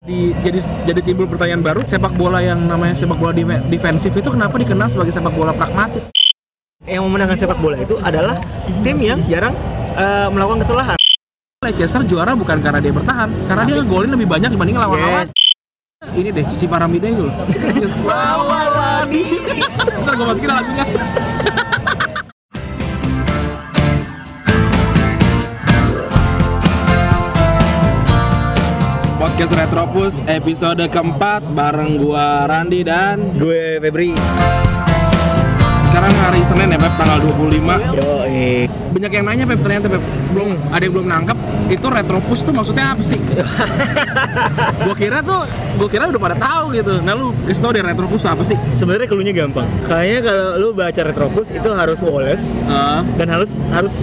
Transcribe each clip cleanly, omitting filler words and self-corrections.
Jadi timbul pertanyaan baru, sepak bola yang namanya sepak bola defensif itu kenapa dikenal sebagai sepak bola pragmatis? Yang memenangkan sepak bola itu adalah tim yang jarang melakukan kesalahan. Leicester juara bukan karena dia bertahan, karena dia ngegolin lebih banyak dibanding lawan-lawan. Ini deh, Cici Paramida itu loh. Bawa lagi. Ntar gue masukin lagunya. Podcast Retropus episode keempat bareng gua Randi dan Gue Febri. Sekarang hari Senin ya Pep, tanggal 25. Yoi. Banyak yang nanya Pep, ternyata Pep, ada yang belum nangkep itu Retropus tuh maksudnya apa sih? Gua kira udah pada tahu gitu. Nah lu kasih tau deh Retropus apa sih? Sebenarnya cluenya gampang. Kayaknya kalau lu baca Retropus itu harus Wallace dan harus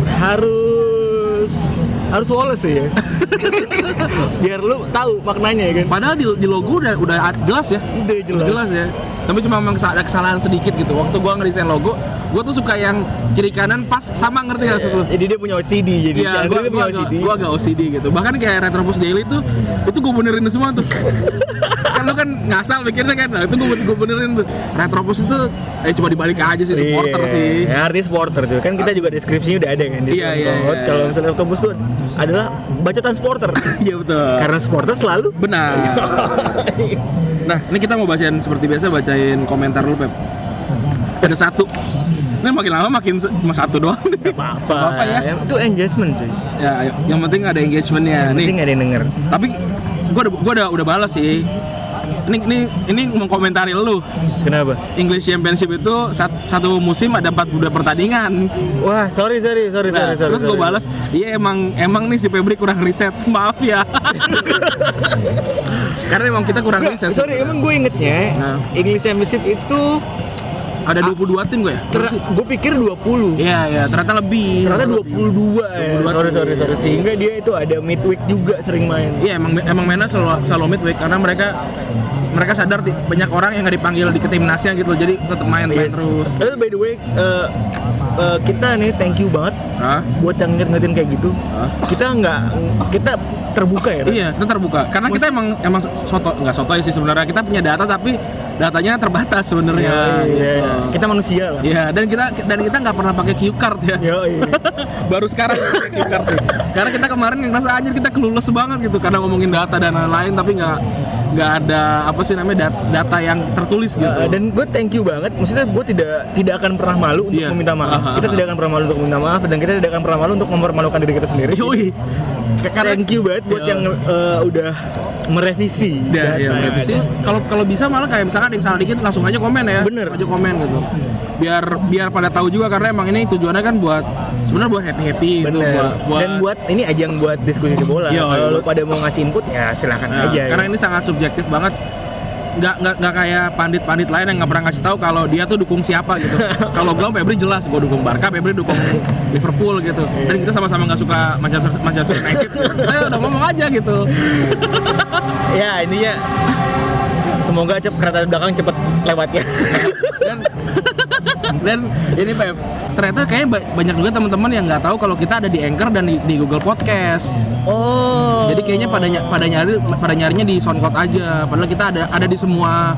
Wallace sih ya. Biar lu tahu maknanya ya kan. Padahal di logo udah jelas ya. Udah jelas ya. Tapi cuma memang ada kesalahan sedikit gitu. Waktu gua ngedesain logo, gua tuh suka yang kiri kanan pas sama, ngerti nggak sih? Jadi dia punya OCD jadi. Iya, gua agak OCD gitu. Bahkan kayak Retropus Daily tuh, itu gua benerin semua tuh. Kan lu kan ngasal mikirnya kan, nah itu gua benerin tuh. Retropus itu cuma dibalik aja sih, supporter sih. Ya, artis supporter tuh. Kan kita juga deskripsinya udah ada kan di Iya. Kalau misalnya Retropus tuh adalah bacotan supporter. Iya betul. Karena supporter selalu benar. Nah, ini kita mau bacain seperti biasa, bacain komentar lu Pep. Ada satu. Ini makin lama makin cuma satu doang. Gak apa-apa ya. Itu engagement cuy. Ya, yang penting ada engagementnya. Yang penting ada yang denger. Tapi gua udah balas sih. Ini mengkomentari lu. Kenapa? English Championship itu satu musim ada 42 pertandingan. Wah, sorry. Terus gue balas, iya emang nih si Febri kurang riset. Maaf ya. Karena emang kita kurang riset. Sorry, emang gue ingetnya English Championship itu ada 22 tim gue ya? Gue pikir 20. Iya, ternyata lebih. Ternyata 22 ya. Sorry. Sehingga dia itu ada midweek juga sering main. Iya, emang mainnya selalu midweek karena mereka sadar banyak orang yang nggak dipanggil di timnasnya gitu, jadi tetap main terus. By the way, kita nih thank you banget buat yang ngingetin kayak gitu. Kita terbuka ya. Iya, kita terbuka. Karena kita emang nggak sotoy sih sebenarnya. Kita punya data tapi datanya terbatas sebenarnya. Iya. Kita manusia lah. Iya, dan kita nggak pernah pakai cue card ya. Iya. Baru sekarang pakai cue card nih. Karena kita kemarin yang ngerasa anjir kita kelulus banget gitu karena ngomongin data dan lain-lain tapi nggak ada data yang tertulis gitu. Dan gue thank you banget. Maksudnya gue tidak akan pernah malu untuk meminta maaf. Kita tidak akan pernah malu untuk meminta maaf dan kita tidak akan pernah malu untuk mempermalukan diri kita sendiri. Yoi. Thank you banget buat yang udah merevisi. Merevisi. Kalau bisa malah kayak misalkan ada yang salah dikit langsung aja komen ya. Bener. Aja komen gitu. Biar pada tahu juga karena emang ini tujuannya kan sebenarnya buat happy gitu, dan buat ini ajang buat diskusi bola. Kalau lu pada mau ngasih input ya silakan aja. Karena ini sangat subjektif banget. Nggak kayak pandit-pandit lain yang nggak pernah ngasih tahu kalau dia tuh dukung siapa gitu. Kalau gue Febri jelas, gue dukung Barca, Febri dukung Liverpool gitu. Dan kita sama-sama nggak suka Manchester United. Saya udah ngomong aja gitu. Ya intinya semoga kereta belakang cepet lewat ya. Dan ini Pep, ternyata kayaknya banyak juga teman-teman yang nggak tahu kalau kita ada di Anchor dan di Google Podcast. Oh. Jadi kayaknya pada nyarinya di SoundCloud aja. Padahal kita ada di semua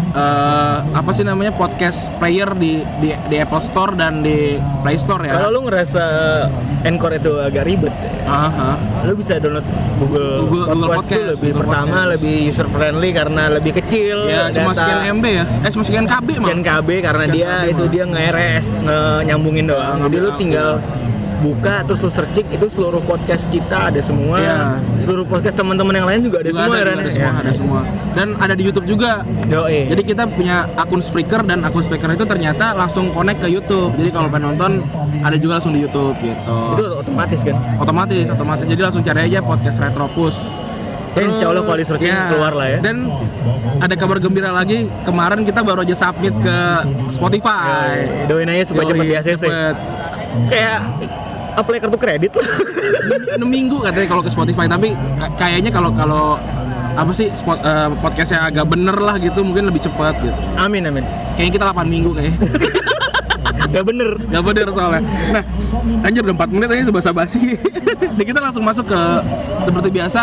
podcast player di Apple Store dan di Play Store ya. Kalau lu ngerasa Anchor itu agak ribet, lu bisa download Google Podcast lebih pertama podcast. Lebih user friendly karena lebih kecil. Ya cuma sekian MB ya. Cuma sekian KB mah. Sekian KB karena dia nge-RS nyambungin doang. Jadi lu tinggal buka terus lu searching itu seluruh podcast kita ada semua. Seluruh podcast teman-teman yang lain juga ada semua. Ada semua. Dan ada di YouTube juga. Jadi kita punya akun Spreaker dan akun Spreaker itu ternyata langsung connect ke YouTube. Jadi kalau pengen nonton ada juga langsung di YouTube gitu. Itu otomatis kan? Otomatis. Jadi langsung cari aja podcast Retropus. Insya Allah kalau di searching keluar lah ya. Dan ada kabar gembira lagi, kemarin kita baru aja submit ke Spotify. Doain aja supaya cepet di ACC. Kayak apply kartu kredit loh. 6 minggu katanya kalau ke Spotify, tapi kayaknya kalau podcastnya agak bener lah gitu mungkin lebih cepat gitu. Amin. Kayaknya kita 8 minggu kayaknya. Gak bener soalnya. Nah, anjir udah 4 menit aja basa-basi. Jadi kita langsung masuk ke seperti biasa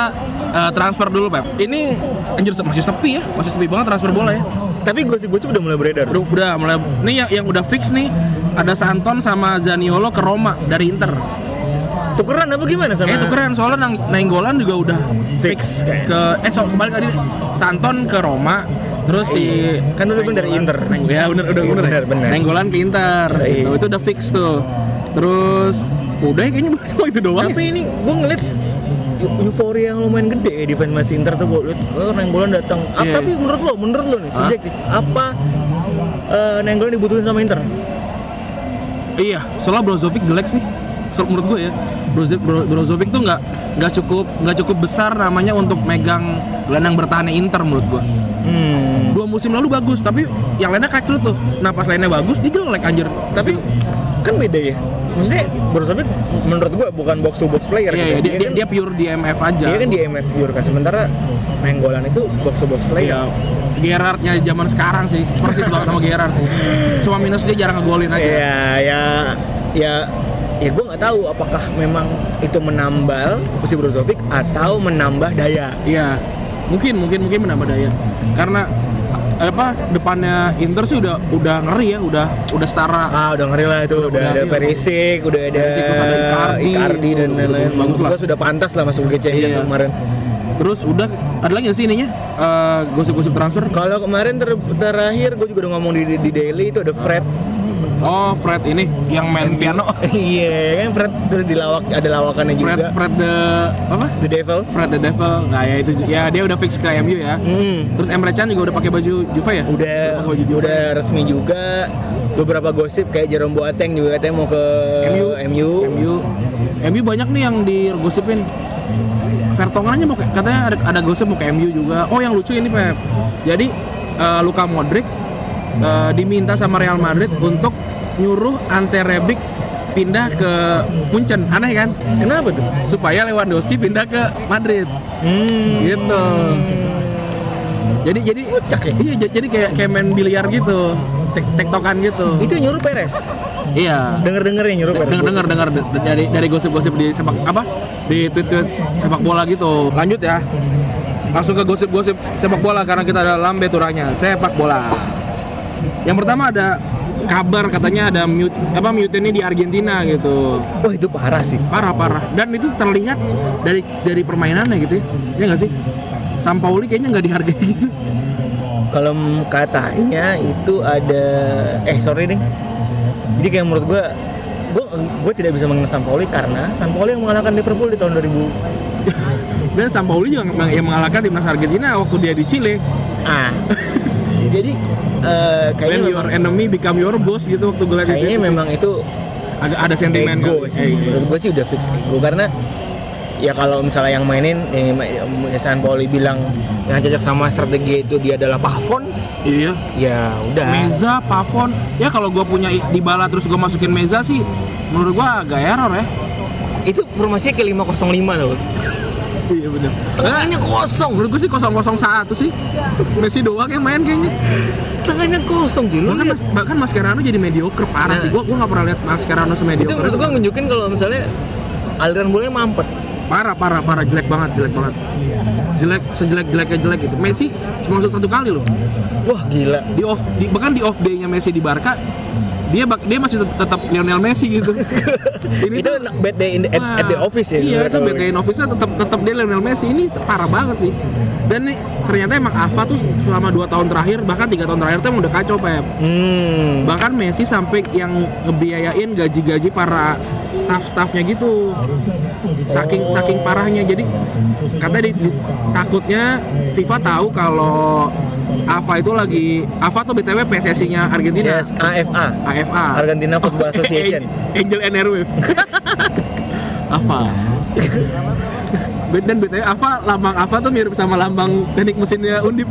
transfer dulu Pep. Ini anjir masih sepi ya, masih sepi banget transfer bola ya. Tapi gosip-gosip udah mulai beredar. Udah mulai. Ini yang udah fix nih, ada Santon sama Zaniolo ke Roma dari Inter. Tukeran apa gimana sama? Tukeran soalnya Nainggolan juga udah fix ke kembali tadi Santon ke Roma. Terus si kan udah dari Inter. Ya bener. Nainggolan ke Inter. Itu udah fix tuh. Terus udah kayaknya itu doang. Tapi ini gue ngeliat euforia yang lumayan gede di fans Inter tuh. Gue liat Nainggolan datang. Tapi menurut lo nih subjektif apa Nainggolan dibutuhin sama Inter? Iya, soalnya Brozovic jelek sih. Menurut gue ya, Brozovic tuh nggak cukup besar namanya untuk megang gelandang bertahan Inter menurut gue. 2 musim lalu bagus, tapi yang lainnya kacrut tuh. Nah pas lainnya bagus, dia jelek anjir. Tapi kan beda ya. Maksudnya Brozovic menurut gue bukan box to box player. Iya, gitu. Dia pure DMF aja. Dia kan DMF pure kan. Sementara Nainggolan itu box to box player. Iya. Gerrardnya zaman sekarang sih, persis banget sama Gerrard sih. Cuma minus dia jarang ngegolin aja. Ya gue nggak tahu apakah memang itu menambal si Brozovic atau menambah daya. Iya, mungkin menambah daya. Karena depannya Inter sih udah ngeri ya, udah setara. Udah ngeri lah itu. Udah ada Perisic, udah ada Icardi dan lain-lain. Bagus lah. Sudah pantas lah masuk Liga Champions kemarin. Terus udah ada lagi nggak sih ininya gosip-gosip transfer? Kalau kemarin terakhir gue juga udah ngomong di Daily itu ada Fred. Oh, Fred ini yang main piano. Iya, kan Fred udah ada lawakannya juga. Fred The Devil. Fred the Devil. Nah, ya itu ya dia udah fix ke MU ya. Terus Emre Can juga udah pakai baju Juve ya? Udah resmi juga. Beberapa gosip kayak Jerome Boateng juga katanya mau ke MU banyak nih yang digosipin. Vertonghen aja katanya ada gosip mau ke MU juga. Oh, yang lucu ini Pep. Jadi Luka Modric diminta sama Real Madrid untuk nyuruh Ante Rebic pindah ke Munchen. Aneh kan? Kenapa tuh? Supaya Lewandowski pindah ke Madrid. Gitu. Jadi kocak ya? Iya, jadi kayak main biliar gitu. Tektokan gitu. Itu nyuruh Perez. Iya. Dengar ya nyuruh Perez. Dengar dari gosip-gosip di tweet sepak bola gitu. Lanjut ya. Langsung ke gosip-gosip sepak bola karena kita ada lambe turanya sepak bola. Yang pertama ada kabar katanya ada mutiny di Argentina gitu. Oh, itu parah sih. Parah. Dan itu terlihat dari permainannya gitu. Ya nggak sih? Sampaoli kayaknya nggak dihargai gitu. Kalau katanya itu ada jadi kayak menurut gue tidak bisa mengenal Sampaoli karena Sampaoli yang mengalahkan Liverpool di tahun 2000. Dan Sampaoli juga yang mengalahkan timnas Argentina waktu dia di Chile. Jadi kayaknya when your enemy become your boss gitu waktu gue lihat. Kayaknya memang itu ada sentimen ego sih. Menurut gue sih udah fix ego karena ya kalau misalnya yang mainin Sampaoli bilang yang cocok sama strategi itu dia adalah Pavon. Iya. Ya udah. Meza, Pavon. Ya kalau gue punya Dybala terus gue masukin Meza sih menurut gue agak error ya. Itu formasinya kayak 5-0-5 loh. Iya benar. Tengahnya kosong. Menurut gue sih 0-0-1 sih. Messi doang yang main kayaknya. Tengahnya kosong Jil. Bahkan Mascherano jadi mediocre parah sih. Gue nggak pernah lihat Mascherano semediocre. Itu menurut gue nunjukin kalau misalnya aliran bolanya mampet. Parah, jelek banget. Sejelek-jeleknya jelek gitu. Messi cuma masuk 1 kali loh. Wah gila. Bahkan di off day-nya Messi di Barca, dia masih tetap Lionel Messi gitu. Ini itu bad day at the office ya. Iya, itu bad day in office tetap dia Lionel Messi. Ini parah banget sih. Dan nih ternyata emang Alfa tuh selama 2 tahun terakhir bahkan 3 tahun terakhir tuh emang udah kacau Pep. Bahkan Messi sampai yang ngebiayain gaji-gaji para staff-staffnya gitu. Saking parahnya. Jadi katanya takutnya FIFA tahu kalau AFA tuh BTW PSSI-nya Argentina. Yes, AFA. Argentina Football Association. Angel and Airwave. AFA. Dan BTW lambang AFA tuh mirip sama lambang teknik mesinnya Undip.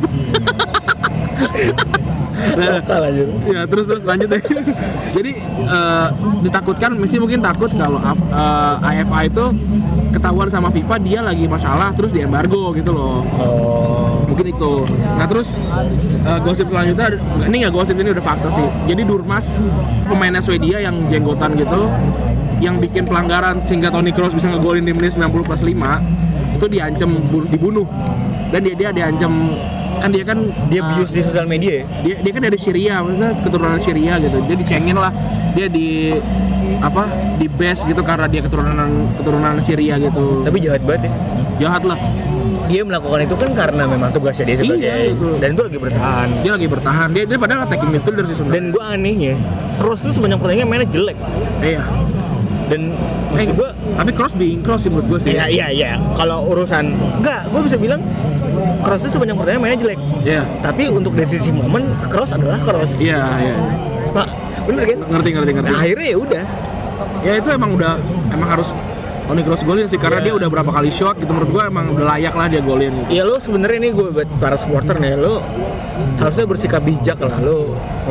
Ya terus lanjut deh. Jadi ditakutkan Messi mungkin takut kalau AFA itu ketahuan sama FIFA dia lagi masalah terus di embargo gitu loh. Mungkin itu. Nah terus gosip selanjutnya ini nggak gosip, ini udah fakta sih. Jadi Durmaz pemainnya Swedia yang jenggotan gitu yang bikin pelanggaran sehingga Toni Kroos bisa ngegolin di menit 90+5 itu diancam dibunuh, dan dia diancam kan dia abuse di sosial media ya. Dia kan dari Syria, maksudnya keturunan Syria gitu. Dia dicengin lah. Dia di base gitu karena dia keturunan Syria gitu. Tapi jahat banget ya. Jahat lah. Dia melakukan itu kan karena memang tugasnya dia sebagai gitu. Dan itu lagi bertahan. Dia lagi bertahan. Dia padahal attacking midfielder sih sebenarnya. Dan gue anehnya, Kroos tuh sepanjang pertandingan mainnya jelek. Iya. Dan maksud gue, tapi Kroos being Kroos sih menurut gue sih. Iya. Kalau urusan gue bisa bilang Kroos itu sepanjang pertandingan mainnya jelek. Iya. Tapi untuk decisive moment, Kroos adalah Kroos. Iya. Pak, bener kan? Ngerti. Nah, akhirnya ya udah. Ya itu emang harus Toni Kroos golin sih karena dia udah berapa kali shot gitu, menurut gue emang udah layak lah dia golin gitu. Ya lo sebenarnya nih gue buat para supporter nih, lo harusnya bersikap bijak lah. Lo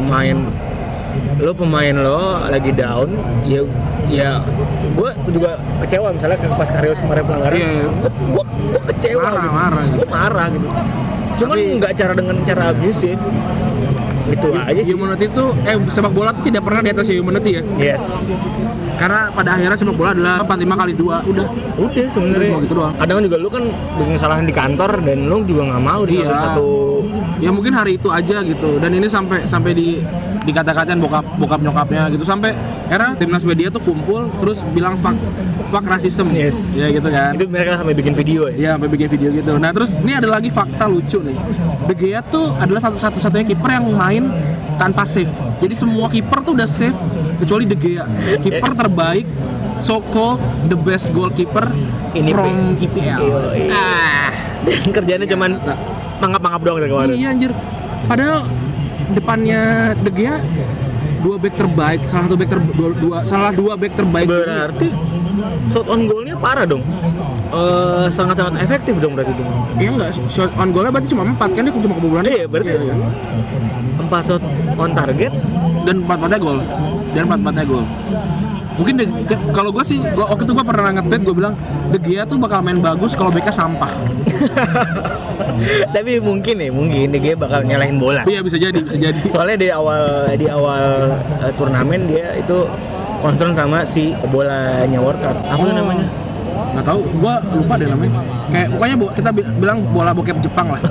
pemain lo lagi down, ya gue juga kecewa misalnya pas Karius kemarin pelanggaran. Gue kecewa gue marah gitu. Cuman nggak dengan cara abusif. Itu aja sih. Humanity itu sepak bola itu tidak pernah di atas humanity ya. Yes. Karena pada akhirnya sepak bola adalah 45x2 udah sebenarnya gitu doang. Kadang juga lu kan bikin kesalahan di kantor dan lu juga nggak mau di satu. Ya mungkin hari itu aja gitu. Dan ini sampai dikata-katain bokap nyokapnya gitu, sampai era timnas media tuh kumpul terus bilang fuck rasisme. Yes. Ya gitu kan. Itu mereka sampai bikin video ya. Iya, sampai bikin video gitu. Nah, terus ini ada lagi fakta lucu nih. De Gea tuh adalah satu-satunya kiper yang main tanpa save. Jadi semua kiper tuh udah save kecuali De Gea. Kiper terbaik, so called the best goalkeeper from EPL. Dan kerjanya cuman mangap-mangap doang dari kemarin. Iya anjir. Padahal depannya De Gea dua back terbaik, salah dua back terbaik. Berarti shot on goalnya parah dong. Sangat-sangat efektif dong berarti itu. Iya enggak, shot on goalnya berarti cuma 4 kan, dia cuma kebobolan. Iya, berarti 4 shot on target dan 4-4-nya gol. Mungkin kalau gue sih, waktu itu gue pernah nge-tweet, gue bilang De Gea tuh bakal main bagus kalau backnya sampah. Tapi mungkin De Gea bakal nyalahin bola. Iya bisa jadi. Soalnya di awal turnamen dia itu concern sama si bolanya World Cup. Apa namanya? Nggak tahu, gue lupa deh namanya. Kayak pokoknya kita bilang bola bokep Jepang lah.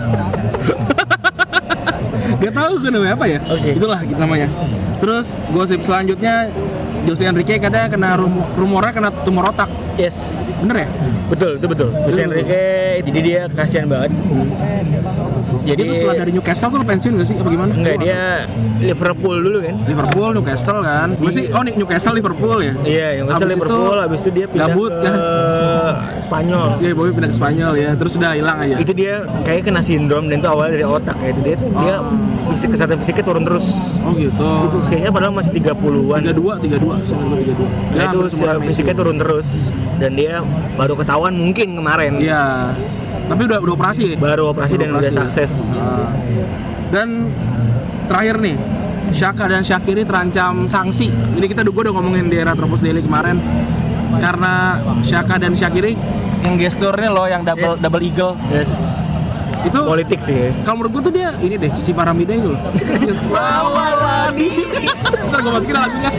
Gak tahu gue namanya apa ya. Itulah gitu namanya. Terus gosip selanjutnya, Jose Enrique katanya rumornya kena tumor otak. Yes. Bener ya? Betul, itu betul. Jose Enrique, jadi dia kasihan banget. Jadi itu setelah dari Newcastle tuh pensiun gak sih? Apa gimana? Enggak, dia Liverpool dulu kan. Newcastle kan. Newcastle Liverpool ya? Iya, Newcastle Liverpool, habis itu dia pindah ke Spanyol. Iya, Bobby pindah ke Spanyol ya. Terus udah hilang aja. Itu dia kayak kena sindrom dan itu awalnya dari otak ya. Itu dia kesehatan fisiknya turun terus. Oh gitu. Usianya padahal masih 30-an. 32. Nah, itu fisiknya turun terus dan dia baru ketahuan mungkin kemarin. Iya. Tapi udah operasi ya? Baru operasi dan udah sukses. Dan terakhir nih, Xhaka dan Shaqiri terancam sanksi. Jadi gue udah ngomongin di Retropus Daily kemarin. Karena Xhaka dan Shaqiri yang gesturnya loh, yang double eagle. Yes. Itu politik sih. Kalau menurut gue tuh dia ini deh, Cici Paramida itu loh. Lawan lagi. Ntar gue masukin lagunya.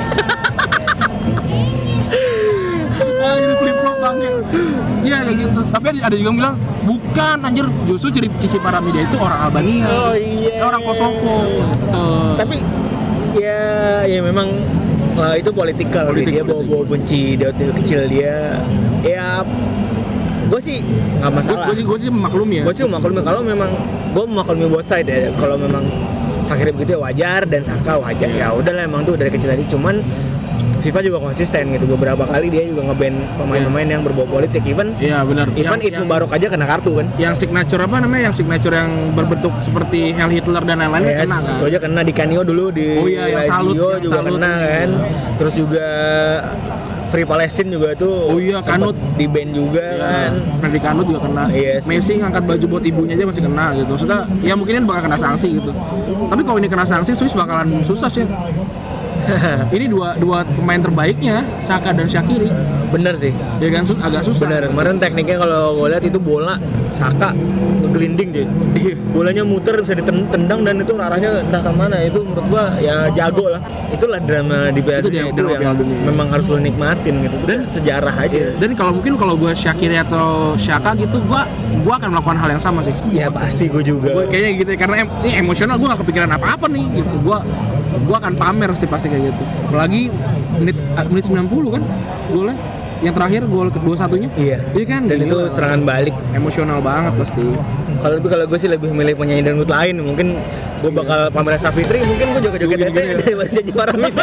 Ini flip-flop bangke. Iya kayak gitu. Tapi ada juga yang bilang bukan anjir, justru Cici Paramida itu orang Albania. Oh iya. Orang Kosovo. Tapi ya memang itu politikal sih. Dia bawa benci dari kecil dia. Ya gue sih nggak masalah. Gue sih memaklumi ya. Gue sih memaklumi kalau memang gue memaklumi both side ya. Kalau memang Shaqiri begitu ya wajar dan Xhaka wajar. Ya udahlah emang tuh dari kecil tadi. Cuman FIFA juga konsisten gitu. Beberapa kali dia juga nge-ban pemain-pemain yang berbau politik. Iya benar. Even Ibnu Barok aja kena kartu kan. Yang signature apa namanya? Yang signature yang berbentuk seperti Heil Hitler dan lain-lain kena kan. Itu aja kena di Canio dulu di Lazio juga kena kan. Terus juga Free Palestine juga tuh. Oh iya, Kanut di band juga kan. Freddy Kanut juga kena. Yes. Messi ngangkat baju buat ibunya aja masih kena gitu. Maksudnya ya mungkin bakal kena sanksi gitu. Tapi kalau ini kena sanksi, Swiss bakalan susah sih. Ini dua pemain terbaiknya, Saka dan Shaqiri. Bener sih. Ya kan agak susah. Bener. Kemarin tekniknya kalau gue lihat itu bola Saka ngegelinding deh. Bolanya muter bisa ditendang dan itu arahnya entah kemana. Itu menurut gua ya jago lah. Itulah drama di Piala Dunia itu yang memang harus lo nikmatin gitu. Dan sejarah aja. Dan kalau gue Shaqiri atau Saka gitu, gue akan melakukan hal yang sama sih. Ya pasti gue juga. Gua kayaknya gitu karena ini emosional, gue gak kepikiran apa-apa nih gitu. Gue akan pamer sih pasti kayak gitu. Apalagi menit 90 kan golnya. Yang terakhir gol ke-21-nya. Iya kan? Dan itu serangan balik. Emosional banget pasti. Kalau gue sih lebih milih penyanyi dangdut lain. Mungkin gue bakal pamer Safitri, mungkin gue joget-joget Tete daripada Jaji Paramita.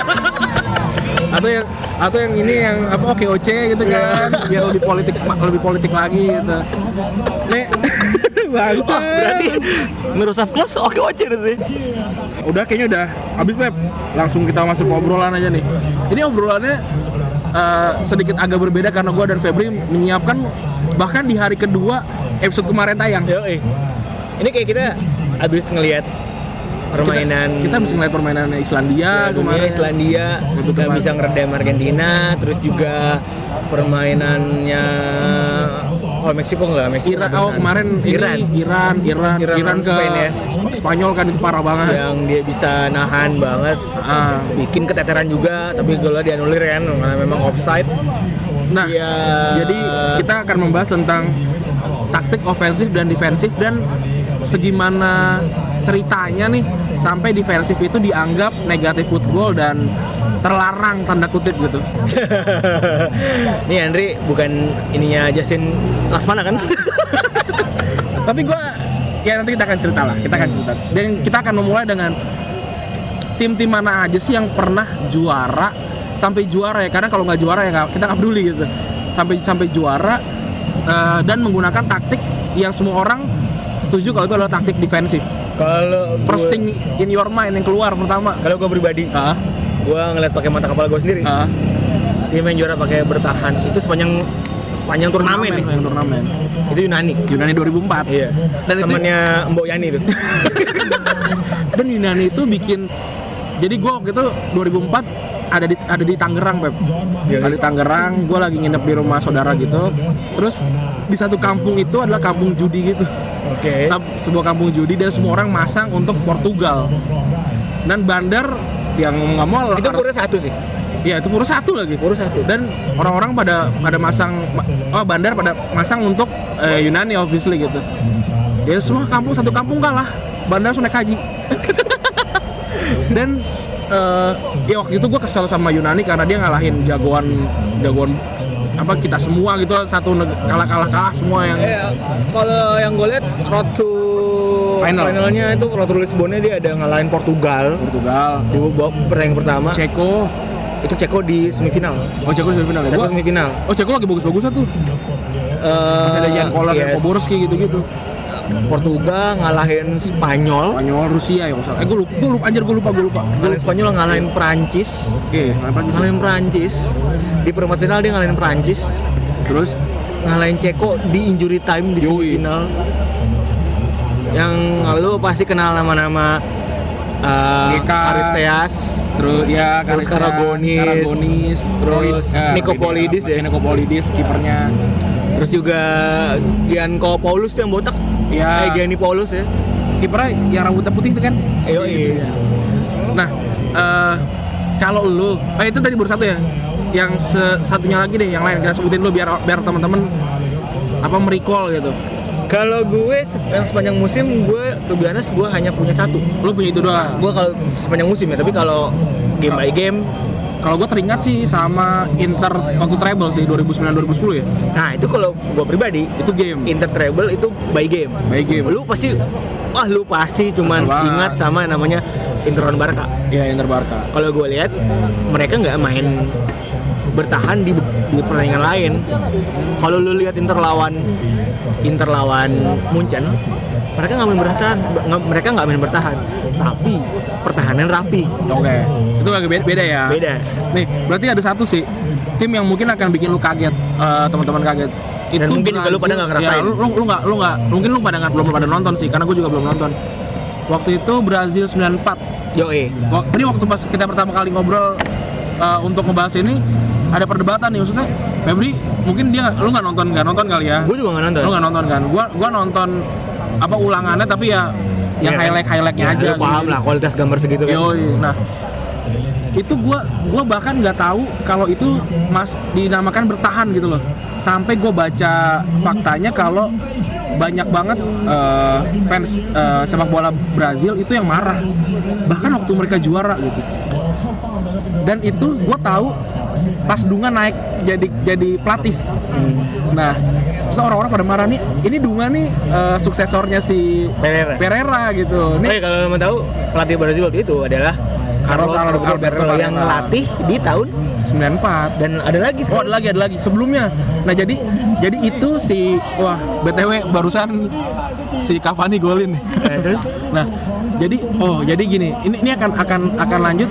atau yang ini yang apa Oke gitu kan, biar lebih politik lagi gitu. Nek bangsa. Berarti menurut Safklos Oke berarti. Udah kayaknya udah habis Pep. Langsung kita masuk ke obrolan aja nih. Ini obrolannya sedikit agak berbeda karena gue dan Febri menyiapkan bahkan di hari kedua episode kemarin tayang. Ini kayak kita habis ngelihat permainan kita bisa ngeliat permainan Islandia kemarin. Islandia kita bisa ngeredam Argentina, terus juga permainannya Meksiko kemarin Iran ke Spain ya. Spanyol kan itu parah banget. Yang dia bisa nahan banget, bikin keteteran juga, tapi golnya dianulir kan karena memang offside. Nah, jadi kita akan membahas tentang taktik ofensif dan defensif dan segimana ceritanya nih sampai defensif itu dianggap negatif football dan terlarang tanda kutip gitu. Nih Andri bukan ininya Justin Lasmana kan? Tapi nanti kita akan cerita. Dan kita akan memulai dengan tim-tim mana aja sih yang pernah juara sampai juara ya, karena kalau nggak juara ya kita nggak peduli gitu. Sampai juara dan menggunakan taktik yang semua orang setuju kalau itu adalah taktik defensif. Kalau first thing in your mind yang keluar pertama. Kalau gue pribadi, gue ngeliat pakai mata kepala gue sendiri. Tim yang juara pakai bertahan itu sepanjang turnamen nih. Turnamen. Itu Yunani 2004. Iya. Dan temannya Mbok Yani itu. Dan Yunani itu bikin. Jadi gue waktu itu 2004 ada di Tangerang, Pep. Ada di Tangerang, gue lagi nginep di rumah saudara gitu. Terus di satu kampung itu adalah kampung judi gitu. Oke. Sebuah kampung judi dan semua orang masang untuk Portugal. Dan Bandar yang nggak mau. Itu purus satu sih. Iya, itu purus satu lagi. Purus satu. Dan orang-orang pada masang, Bandar pada masang untuk Yunani obviously gitu. Ya semua satu kampung kalah. Bandar naik haji. Dan ya waktu itu gue kesel sama Yunani karena dia ngalahin jagoan apa kita semua gitu, satu kalah semua yang. Kalau yang gue lihat road to finalnya itu road to Lisbonnya dia ada ngalahin Portugal di babak pertandingan pertama. Ceko di semifinal. Ceko semifinal. Ceko lagi bagus-bagusnya tuh. Masih ada Jan Koller, Poborski gitu-gitu. Portugal ngalahin Spanyol, Rusia ya masalah. Gue lupa. Ngalahin Spanyol, ngalahin Prancis. Ngalahin Prancis. Di perempat final dia ngalahin Prancis. Terus ngalahin Ceko di injury time di semifinal. Yang lu pasti kenal nama-nama Aristeas, terus Karagonis, terus Nikopolidis ya. Nikopolidis kipernya. Terus juga Gianco Paulus tuh yang botak. Iya. Gianni Paulus ya. Kipernya yang rambutnya putih itu kan? Iya. Nah, kalau lu, itu tadi baru satu ya. Yang satunya lagi deh, yang lain kita sebutin dulu biar teman-teman merecall gitu. Kalau gue yang sepanjang musim gue tuh biasa gue hanya punya satu. Lu punya itu doang? Gue kalau sepanjang musim ya, tapi kalau game by game. Kalau gue teringat sih sama Inter waktu treble sih 2009-2010 ya. Nah itu kalau gue pribadi itu game. Inter treble itu by game. Lu pasti cuman ingat sama namanya Inter lawan Barca. Iya, Inter Barca. Kalau gue lihat mereka nggak main bertahan di pertandingan lain. Kalau lu lihat Inter lawan Munchen, mereka nggak main bertahan, tapi pertahanan rapi. Oke. Itu agak beda ya. Beda. Nih, berarti ada satu sih tim yang mungkin akan bikin lu kaget, teman-teman kaget. Dan itu mungkin juga lu pada nggak ngerasain. Ya, lu nggak, mungkin lu belum pada nonton sih, karena gue juga belum nonton. Waktu itu Brazil 94. Ini waktu pas kita pertama kali ngobrol untuk ngebahas ini ada perdebatan nih, maksudnya Febri mungkin lu nggak nonton kali ya? Gue juga nggak nonton. Lu nggak nonton kan? Gua nonton apa ulangannya tapi ya yang highlightnya aja. Lu paham lah kualitas gambar segitu kan. Nah itu gua bahkan nggak tahu kalau itu dinamakan bertahan gitu loh. Sampai gue baca faktanya kalau banyak banget fans sepak bola Brazil itu yang marah bahkan waktu mereka juara gitu. Dan itu gue tahu pas Dunga naik jadi pelatih. Nah, orang-orang pada marah nih, ini Dunga nih suksesornya si Pereira gitu. Nih kalau mau tahu pelatih Brazil waktu itu adalah Carlos Alberto yang ngelatih di tahun 94 dan ada lagi sebelumnya. Nah, jadi itu BTW barusan si Cavani golin. Nah, jadi gini, ini akan lanjut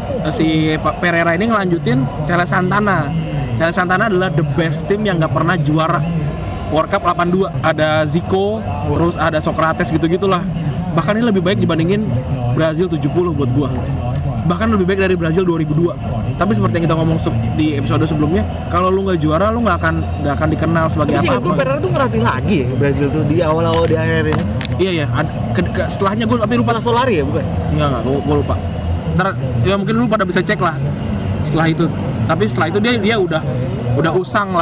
si Pereira ini ngelanjutin Tele Santana. Tele Santana adalah the best team yang nggak pernah juara World Cup 82. Ada Zico, terus ada Socrates gitu-gitulah. Bahkan ini lebih baik dibandingin Brazil 70 buat gua. Bahkan lebih baik dari Brazil 2002. Tapi seperti yang kita ngomong di episode sebelumnya, kalau lu nggak juara, lu nggak akan dikenal sebagai apa-apa. Tapi Pereira tuh ngelatih lagi ya Brazil tuh di awal-awal di akhir ini. Iya. Setelahnya gue tapi lupa. Solari ya bukan? Enggak, gue lupa. Ntar ya mungkin lu pada bisa cek lah setelah itu. Tapi setelah itu dia udah usang.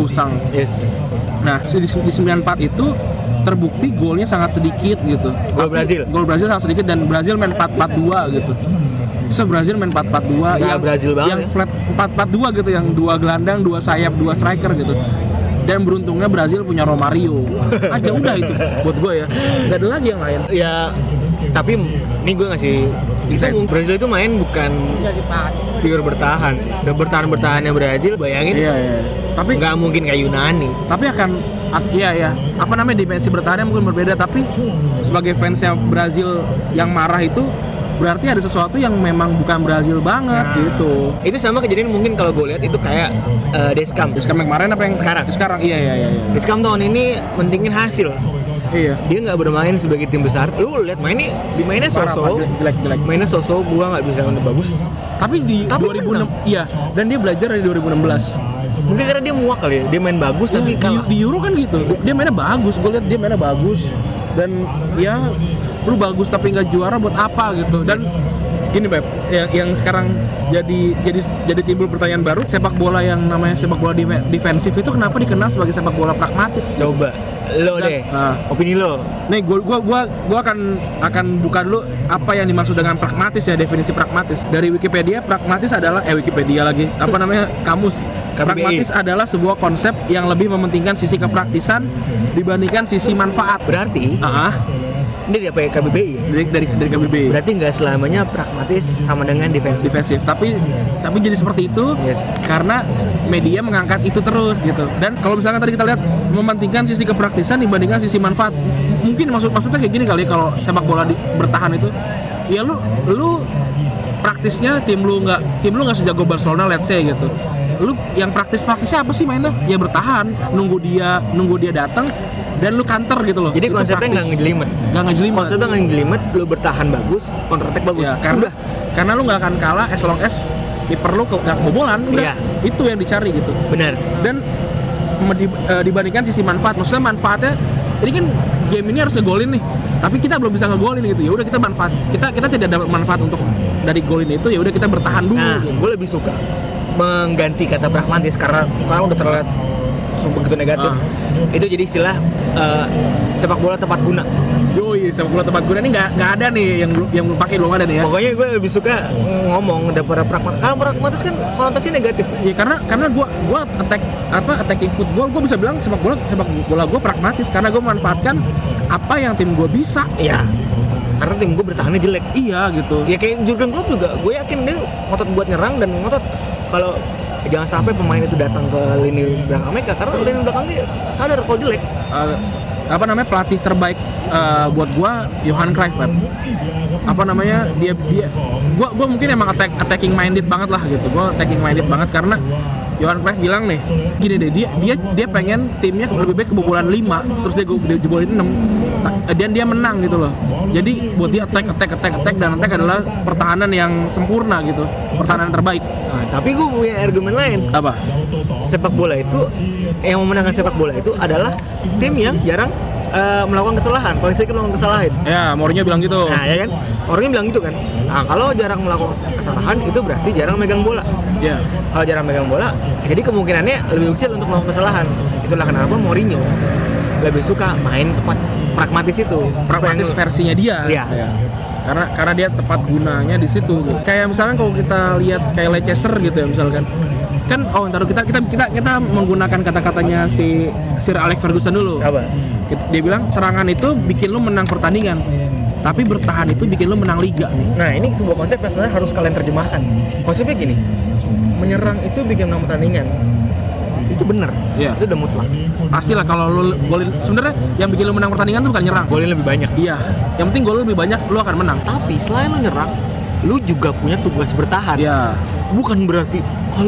Yes. Nah, di 94 itu terbukti golnya sangat sedikit gitu. Gol Brazil sangat sedikit dan Brazil main 4-4-2 gitu. So Brazil main 4-4-2 yang flat 4-4-2 gitu, yang 2 gelandang, 2 sayap, 2 striker gitu. Dan beruntungnya Brazil punya Romario. Aja udah itu buat gue ya. Gak ada lagi yang lain. Ya, tapi ini gue ngasih Brazil itu main bukan pure bertahan sih. Sebertahan-bertahannya Brazil, bayangin. Iya. Tapi nggak mungkin kayak Yunani. Tapi iya. Apa namanya, dimensi bertahannya mungkin berbeda, tapi sebagai fansnya Brazil yang marah itu berarti ada sesuatu yang memang bukan Brazil banget gitu. Itu sama kejadian mungkin kalau gue lihat itu kayak Deschamps yang kemarin apa yang sekarang. Iya. Deschamps tahun ini mentingin hasil. Iya. Dia nggak bermain sebagai tim besar. Lu lihat mainnya sosok. Jelek. Mainnya sosok, gua nggak bisa untuk bagus. Tapi 2006 iya, dan dia belajar dari 2016. Mungkin karena dia muak kali ya. Dia main bagus tapi di Euro kan gitu. Dia mainnya bagus. Gue lihat dia mainnya bagus. Dan ya lu bagus tapi nggak juara buat apa gitu. Dan gini Beb, yang sekarang jadi timbul pertanyaan baru, sepak bola yang namanya sepak bola defensif itu kenapa dikenal sebagai sepak bola pragmatis? Coba lo deh, opini lo. Nih gua akan buka dulu apa yang dimaksud dengan pragmatis ya, definisi pragmatis. Dari Wikipedia, pragmatis adalah Wikipedia lagi. Apa namanya? Kamus. Pragmatis adalah sebuah konsep yang lebih mementingkan sisi kepraktisan dibandingkan sisi manfaat. Berarti ini apa ya, KBBI? Dari KBBI. Berarti nggak selamanya pragmatis sama dengan defensif. Tapi jadi seperti itu. Yes. Karena media mengangkat itu terus gitu. Dan kalau misalnya tadi kita lihat mementingkan sisi kepraktisan dibandingkan sisi manfaat. Mungkin maksudnya kayak gini kali ya, kalau sepak bola bertahan itu, ya lu praktisnya tim lu nggak sejago Barcelona let's say gitu. Lu yang praktisnya apa sih mainnya? Ya bertahan, nunggu dia datang dan lu counter gitu loh. Jadi konsepnya nggak ngejelimet. Konsepnya nggak ngejelimet, lu bertahan bagus, counter attack bagus. Ya, karena lu nggak akan kalah as long as kiper lu nggak kebobolan. Udah, itu yang dicari gitu. Benar. Dan dibandingkan sisi manfaat, maksudnya manfaatnya ini kan game ini harus ngegolin nih, tapi kita belum bisa ngegolin gitu. Ya udah kita manfaat, kita tidak dapat manfaat untuk dari golin itu, ya udah kita bertahan dulu. Nah, gitu. Gue lebih suka mengganti kata pragmatis karena sekarang udah terlihat begitu negatif. Itu jadi istilah sepak bola tepat guna. Yoi, sepak bola tepat guna ini nggak ada nih yang belum ada nih ya. Pokoknya gue lebih suka ngomong daripada pragmatis. Kalau pragmatis kan konotasinya negatif. Ya karena gue attacking football, gue bisa bilang sepak bola gue pragmatis karena gue memanfaatkan apa yang tim gue bisa. Iya. Karena tim gue bertahannya jelek. Iya gitu. Ya kayak Jurgen Klopp juga, gue yakin dia ngotot buat nyerang dan ngotot kalau jangan sampai pemain itu datang ke lini belakang mereka karena lini belakangnya sadar kalau jelek. Pelatih terbaik buat gua Johan Cruyff kan. Gua mungkin emang attacking minded banget lah gitu. Gua attacking minded banget karena Johan Cruyff bilang nih, gini deh, dia pengen timnya lebih baik kebobolan 5 terus dia jebolin 6 dan dia menang gitu loh. Jadi buat dia attack dan attack adalah pertahanan yang sempurna gitu, pertahanan terbaik. Nah, tapi gue punya argumen lain. Apa? Sepak bola itu, yang memenangkan sepak bola itu adalah tim yang jarang melakukan kesalahan, paling sedikit melakukan kesalahan. Ya, Mourinho bilang gitu. Nah, ya kan? Orangnya bilang gitu kan. Nah, kalau jarang melakukan kesalahan itu berarti jarang megang bola. Ya. Kalau jarang megang bola, jadi kemungkinannya lebih kecil untuk melakukan kesalahan. Itulah kenapa Mourinho lebih suka main tepat pragmatis itu. Pragmatis versinya dia. Iya. Ya. Karena dia tepat gunanya di situ. Kayak misalkan kalau kita lihat kayak Leicester gitu ya misalkan. Kan kita menggunakan kata-katanya si Sir Alex Ferguson dulu. Apa? Dia bilang serangan itu bikin lu menang pertandingan, tapi bertahan itu bikin lu menang liga nih. Nah, ini sebuah konsep yang sebenarnya harus kalian terjemahkan. Konsepnya gini, menyerang itu bikin menang pertandingan. Itu benar. Iya. Itu udah mutlak. Pastilah kalau lu golin, sebenarnya yang bikin lu menang pertandingan tuh bukan nyerang. Golin lebih banyak. Iya. Yang penting gol lebih banyak, lu akan menang. Tapi selain lu nyerang, lu juga punya tugas bertahan. Iya. Bukan berarti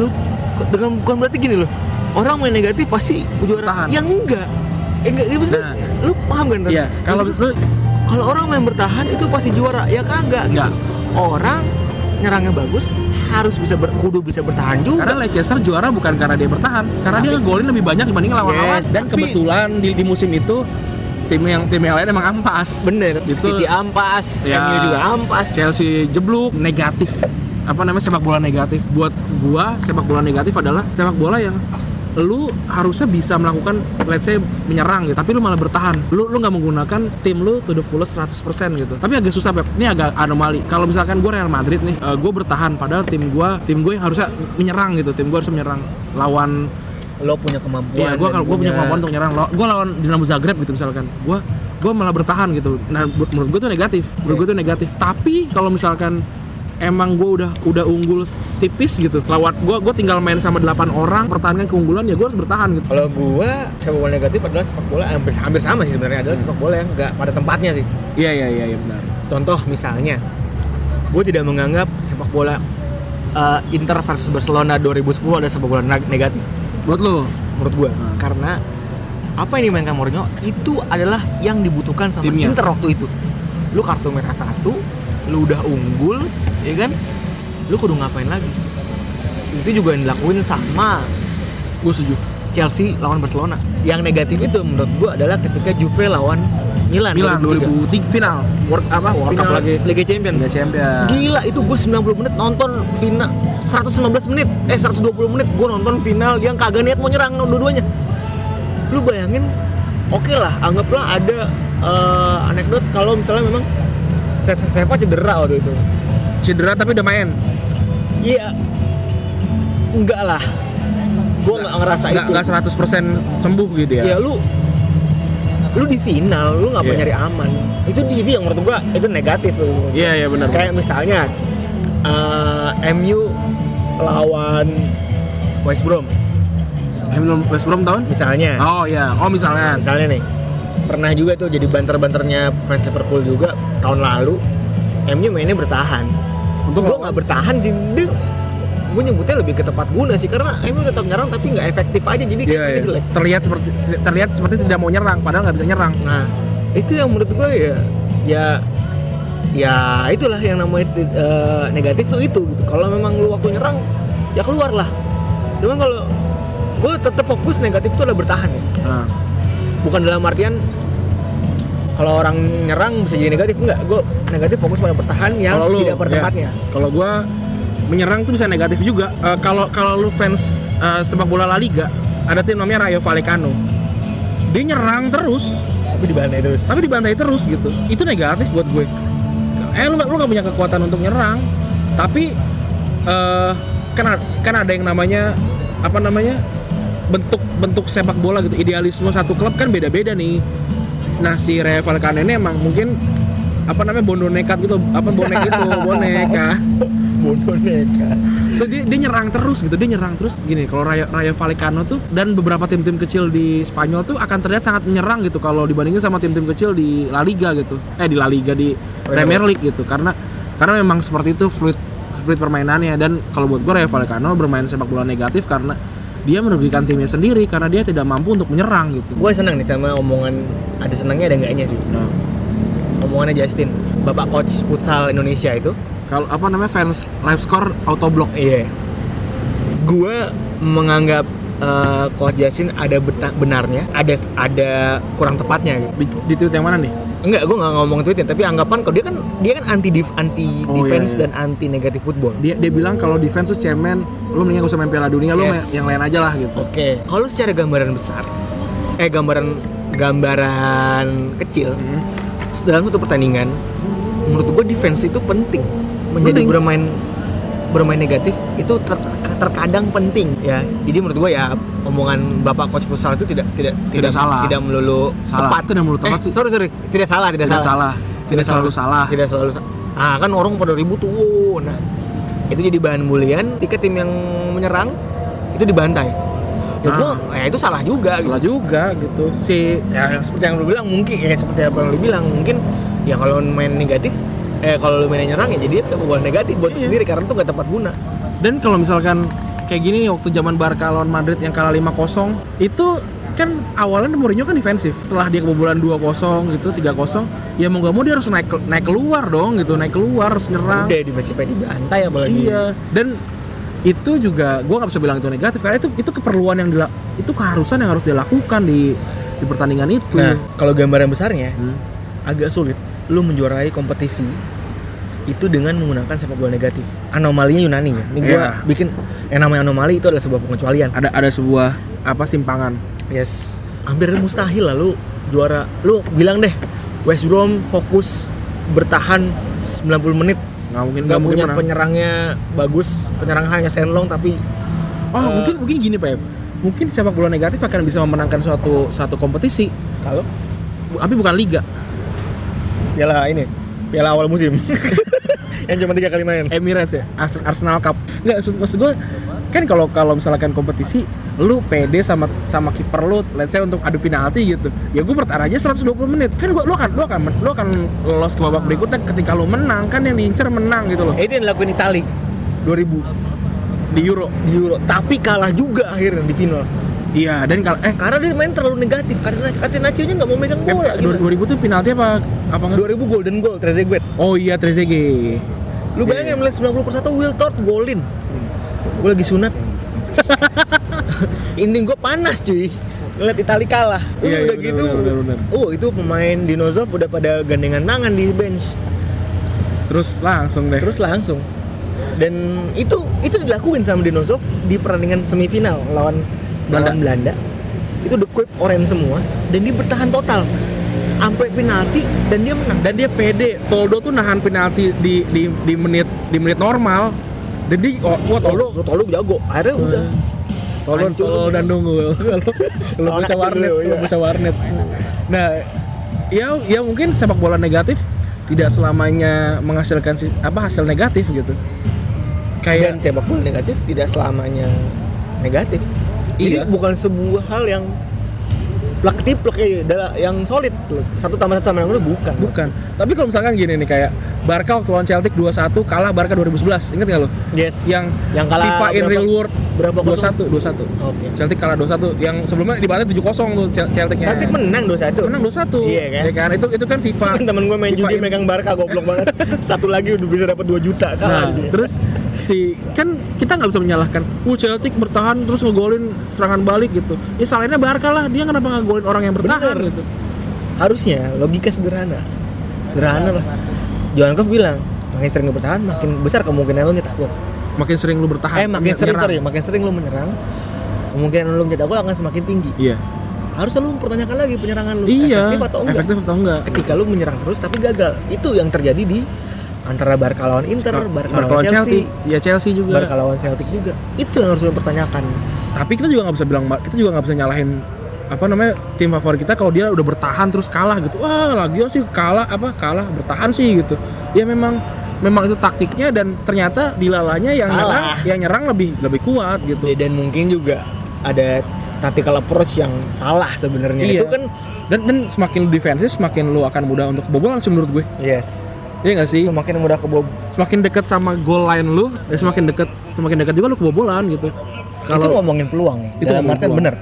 bukan berarti gini loh. Orang main negatif pasti juara. Bertahan. Yang enggak. Enggak, maksudnya lu paham kan? Iya. Kalau orang main bertahan itu pasti juara. Ya kagak. Enggak. Gitu. Orang nyerangnya bagus harus kudu bisa bertahan juga. Karena Leicester juara bukan karena dia bertahan, karena dia ngegolin lebih banyak dibanding lawan-lawan. Dan kebetulan di musim itu tim yang lain emang ampas. Bener. Gitu. City ampas, Ya, MU juga ampas. Chelsea jeblok, negatif. Apa namanya, sepak bola negatif. Buat gua sepak bola negatif adalah sepak bola yang lu harusnya bisa melakukan, let's say, menyerang gitu, tapi lu malah bertahan. Lu nggak menggunakan tim lu to the fullest 100% gitu. Tapi agak susah, Pep. Ini agak anomali. Kalau misalkan gue Real Madrid nih, gue bertahan padahal tim gue yang harusnya menyerang gitu. Tim gue harus menyerang lawan. Lo punya kemampuan. Iya, gue punya kemampuan untuk nyerang. Gue lawan Dinamo Zagreb gitu misalkan. Gue malah bertahan gitu. Nah, menurut gue tuh negatif. Tapi kalau misalkan emang gue udah unggul tipis gitu, lawan gue tinggal main sama 8 orang, pertahankan keunggulan, ya gue harus bertahan gitu. Kalau gue sepak bola negatif adalah sepak bola hampir sama sih sebenarnya, adalah sepak bola yang nggak pada tempatnya sih. Iya benar. Contoh misalnya, gue tidak menganggap sepak bola Inter versus Barcelona 2010 ada sepak bola negatif. Buat lo? Menurut gue, karena apa yang dimainkan Mourinho itu adalah yang dibutuhkan sama timnya. Inter waktu itu. Lu kartu merah 1, lu udah unggul, ya kan? Lu kudu ngapain lagi? Itu juga yang dilakuin sama Gue setuju. Chelsea lawan Barcelona. Yang negatif itu menurut gua adalah ketika Juve lawan Milan 2003 final World Cup lagi, Liga Champions. Gila, itu gua 90 menit nonton final, 120 menit gua nonton final yang kagak niat mau nyerang dua-duanya. Lu bayangin, oke lah, anggaplah ada anekdot kalau misalnya memang Seva cedera waktu itu. Cedera tapi udah main. Iya. Enggak lah. Gua enggak ngerasa itu. Enggak 100% sembuh gitu ya. Iya, lu di final, lu enggak nyari aman. Itu yang menurut gua itu negatif. Iya benar. Kayak misalnya MU lawan West Brom. West Brom tahun? Misalnya. Oh iya. Misalnya nih. Pernah juga tuh jadi banter-banternya fans Liverpool juga tahun lalu. MU mainnya bertahan. Untuk gue nggak bertahan sih, gue nyebutnya lebih ke tepat guna sih, karena MU tetap nyerang tapi nggak efektif aja, jadi kayak jelek. Terlihat seperti tidak mau nyerang, padahal nggak bisa nyerang. Nah, itu yang menurut gue ya itulah yang namanya negatif tuh itu gitu. Kalau memang lu waktu nyerang ya keluar lah. Cuman kalau gue tetap fokus negatif itu adalah bertahan ya. Nah. Bukan dalam artian kalau orang nyerang bisa jadi negatif, enggak. Gue negatif fokus pada bertahan yang tidak pada tempatnya. Kalau gue menyerang tuh bisa negatif juga. Kalau lu fans sepak bola La Liga, ada tim namanya Rayo Vallecano. Dia nyerang terus, tapi dibantai terus gitu. Itu negatif buat gue. Lu gak punya kekuatan untuk nyerang, tapi kan ada yang namanya bentuk sepak bola gitu, idealisme satu klub kan beda-beda nih. Nah, si Rayo Vallecano ini emang mungkin bondo nekat gitu, boneka. So dia nyerang terus gini. Kalau Rayo Vallecano tuh dan beberapa tim-tim kecil di Spanyol tuh akan terlihat sangat menyerang gitu kalau dibandingin sama tim-tim kecil di La Liga gitu. Di Premier League gitu. Karena memang seperti itu fluid permainannya. Dan kalau buat gue Rayo Vallecano bermain sepak bola negatif karena dia merugikan timnya sendiri karena dia tidak mampu untuk menyerang gitu. Gue senang nih sama omongan, ada senangnya ada enggaknya sih. Omongan omongannya Justin, bapak coach futsal Indonesia itu. Kalau apa namanya fans live score autoblock. Iya. Gua menganggap coach Justin ada benarnya, ada kurang tepatnya gitu. Di tweet yang mana nih? Enggak, gue nggak ngomong tweetnya, tapi anggapan kalau dia kan anti defense iya. Dan anti negatif football. Dia bilang kalau defense tuh cemen, lu mendingan gak usah main Piala Dunia, lu yang lain aja lah gitu. Oke. Kalau secara gambaran besar, gambaran kecil, dalam satu pertandingan, menurut gue defense itu penting. Menjadi bermain negatif itu terkadang penting ya. Jadi menurut gue ya omongan bapak coach futsal itu tidak salah. Tidak melulu salah. tepat. Tidak melulu tepat sih. Sorry. Tidak selalu salah. Kan orang pada ribut tuh. Nah, itu jadi bahan bulian ketika tim yang menyerang itu dibantai. Ya itu salah juga. Salah gitu. Juga gitu. Ya seperti yang lu bilang seperti apa yang lu bilang mungkin ya kalau main negatif kalau lu mainnya nyerang ya jadi sepak bola negatif buat itu sendiri karena itu gak tepat guna. Dan kalau misalkan kayak gini waktu zaman Barca lawan Madrid yang kalah 5-0 itu kan awalnya Mourinho kan defensif. Setelah dia kebobolan 2-0 gitu, 3-0, ya mau gak mau dia harus naik keluar dong gitu, naik keluar harus nyerang. Udah masih dibantai apalagi. Iya. Dan itu juga gue nggak bisa bilang itu negatif karena itu keperluan itu keharusan yang harus dilakukan di pertandingan itu. Nah, kalau gambaran besarnya agak sulit lu menjuarai kompetisi itu dengan menggunakan sepak bola negatif. Anomalinya Yunani ya. Ini gue bikin yang namanya anomali itu adalah sebuah pengecualian. Ada sebuah simpangan. Yes. Hampir mustahil lah lu juara. Lu bilang deh West Brom fokus bertahan 90 menit. Nggak punya penyerangnya bagus, penyerang hanya Senlong tapi mungkin gini Pep. Mungkin sepak bola negatif akan bisa memenangkan suatu kompetisi kalau tapi bukan liga. Piala awal musim. Yang cuma 3 kali main. Emirates ya, Arsenal Cup. Enggak, maksud gue kan kalau misalkan kompetisi lu pede sama kiper lu, let's say untuk adu penalti gitu. Ya gue bertahan aja 120 menit. Kan lu akan lolos ke babak berikutnya ketika lu menang, kan yang diincer menang gitu loh. Itu yang dilakuin Itali 2000 di Euro. Tapi kalah juga akhirnya di final. Iya, dan karena dia main terlalu negatif karena Catenaccio-nya enggak mau megang bola. 2000 tuh penalti apa enggak? 2000 golden goal Trezeguet. Oh iya, Trezeguet. Lu bayangin mulai 91 Will Tort golin. Gue lagi sunat. Ini gue panas cuy. Ngeliat Itali kalah. Udah gitu. Bener. Itu pemain Dinozov udah pada gandengan tangan di bench. Terus langsung. Dan itu dilakuin sama Dinozov di pertandingan semifinal lawan Belanda. Itu the quip orange semua dan dia bertahan total sampai penalti dan dia menang. Dan dia pede. Toldo tuh nahan penalti di menit normal. Jadi Toldo jago. Akhirnya udah. Tolol dan nunggu. Lu baca warnet. Nah, ya mungkin sepak bola negatif tidak selamanya menghasilkan hasil negatif gitu. Dan sepak bola negatif tidak selamanya negatif. Jadi bukan sebuah hal yang plek-tiplek yang solid. 1+1 sama yang bukan. Tapi kalau misalkan gini nih kayak Barca waktu lawan Celtic 2-1 kalah Barca 2011. Ingat enggak lo? Yes. Yang kalah FIFA in real world berapa 2-1. Okay. Celtic kalah 2-1. Yang sebelumnya dibantai 7-0 tuh Celticnya. Celtic menang 2-1. Iya kan? Ya kan? Itu kan FIFA. Temen gue main judi megang Barca goblok banget. Satu lagi udah bisa dapat 2 juta kalah. Nah, terus kan kita nggak bisa menyalahkan Celtic bertahan terus ngegolin serangan balik gitu. Ya salahnya Barca lah, dia kenapa ngegolin orang yang bertahan gitu. Harusnya logika sederhana lah. Johan Cruyff bilang makin sering lu bertahan makin besar kemungkinan lu nyetak gol. Makin sering lu bertahan makin sering lu menyerang kemungkinan lu nyetak gol akan semakin tinggi. Iya. Harusnya lu mempertanyakan lagi penyerangan lu efektif atau enggak. Ketika lu menyerang terus tapi gagal, itu yang terjadi di antara Barca lawan Inter, Barca lawan Chelsea. Ya Chelsea juga. Barca lawan Celtic juga. Itu yang harus lu pertanyakan. Tapi kita juga nggak bisa nyalahin tim favorit kita kalau dia udah bertahan terus kalah gitu. Wah, lagi sih kalah bertahan sih gitu. Ya memang itu taktiknya dan ternyata dilalanya yang nyerang lebih kuat gitu. Dan mungkin juga ada tactical approach yang salah sebenarnya. Iya. Itu kan dan semakin lu defensif semakin lu akan mudah untuk kebobolan sih menurut gue. Yes. Iya nggak sih? Semakin mudah semakin dekat sama goal line lu, semakin dekat juga lu kebobolan gitu. Itu ngomongin peluang ya. Itu dalam artian bener.